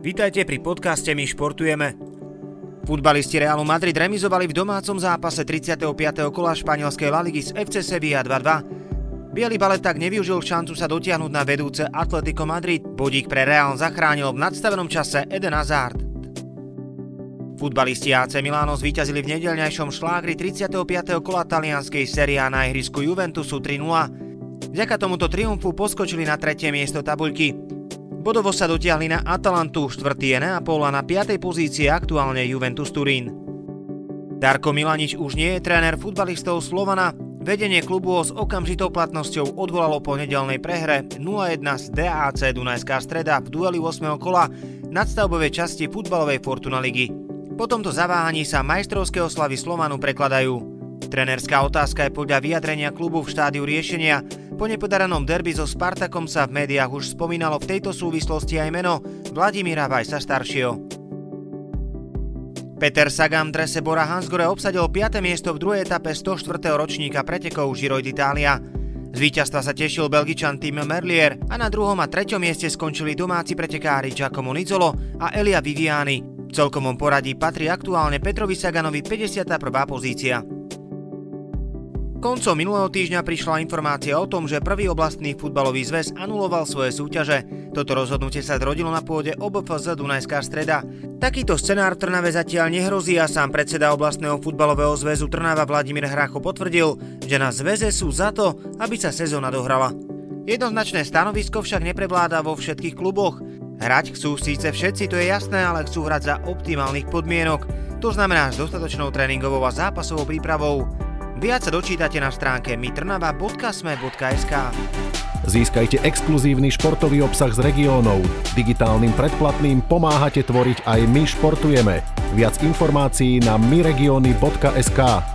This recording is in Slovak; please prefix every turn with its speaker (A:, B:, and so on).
A: Vítajte pri podcaste My športujeme. Futbalisti Realu Madrid remizovali v domácom zápase 35. kola španielskej La Ligy z FC Sevilla 2-2. Biely balet tak nevyužil šancu sa dotiahnuť na vedúce Atletico Madrid. Bodík pre Real zachránil v nadstavenom čase Eden Hazard. Futbalisti AC Milano zvíťazili v nedeľňajšom šlágri 35. kola talianskej série A na ihrisku Juventusu 3-0. Vďaka tomuto triumfu poskočili na 3. miesto tabuľky. Bodovo sa dotiahli na Atalantu, 4. je Neapol a na 5. pozícii aktuálne Juventus Turín. Darko Milanič už nie je tréner futbalistov Slovana. Vedenie klubu ho s okamžitou platnosťou odvolalo po nedeľnej prehre 0-1 z DAC Dunajská Streda v dueli 8. kola nadstavbovej časti futbalovej Fortuna ligy. Po tomto zaváhaní sa majstrovské oslavy Slovanu prekladajú. Trénerská otázka je podľa vyjadrenia klubu v štádiu riešenia. Po nepodaranom derby so Spartakom sa v médiách už spomínalo v tejto súvislosti aj meno Vladimíra Vajsa staršieho. Peter Sagan v drese Bora Hansgrohe obsadil 5. miesto v druhej etape 104. ročníka pretekov Giro d'Italia. Z víťazstva sa tešil Belgičan Tim Merlier a na 2. a 3. mieste skončili domáci pretekári Giacomo Nizzolo a Elia Viviani. V celkovom poradí patrí aktuálne Petrovi Saganovi 51. pozícia. Koncom minulého týždňa prišla informácia o tom, že prvý oblastný futbalový zväz anuloval svoje súťaže. Toto rozhodnutie sa zrodilo na pôde OBFZ Dunajská Streda. Takýto scenár v Trnave zatiaľ nehrozí a sám predseda oblastného futbalového zväzu Trnava Vladimír Hrácho potvrdil, že na zväze sú za to, aby sa sezóna dohrala. Jednoznačné stanovisko však neprevláda vo všetkých kluboch. Hrať chcú síce všetci, to je jasné, ale chcú hrať za optimálnych podmienok. To znamená s dostatočnou tréningovou a zápasovou prípravou. Viac sa dočítate na stránke mitrnava.sme.sk.
B: Získajte exkluzívny športový obsah z regiónov. Digitálnym predplatným pomáhate tvoriť aj My športujeme. Viac informácií na myregiony.sk.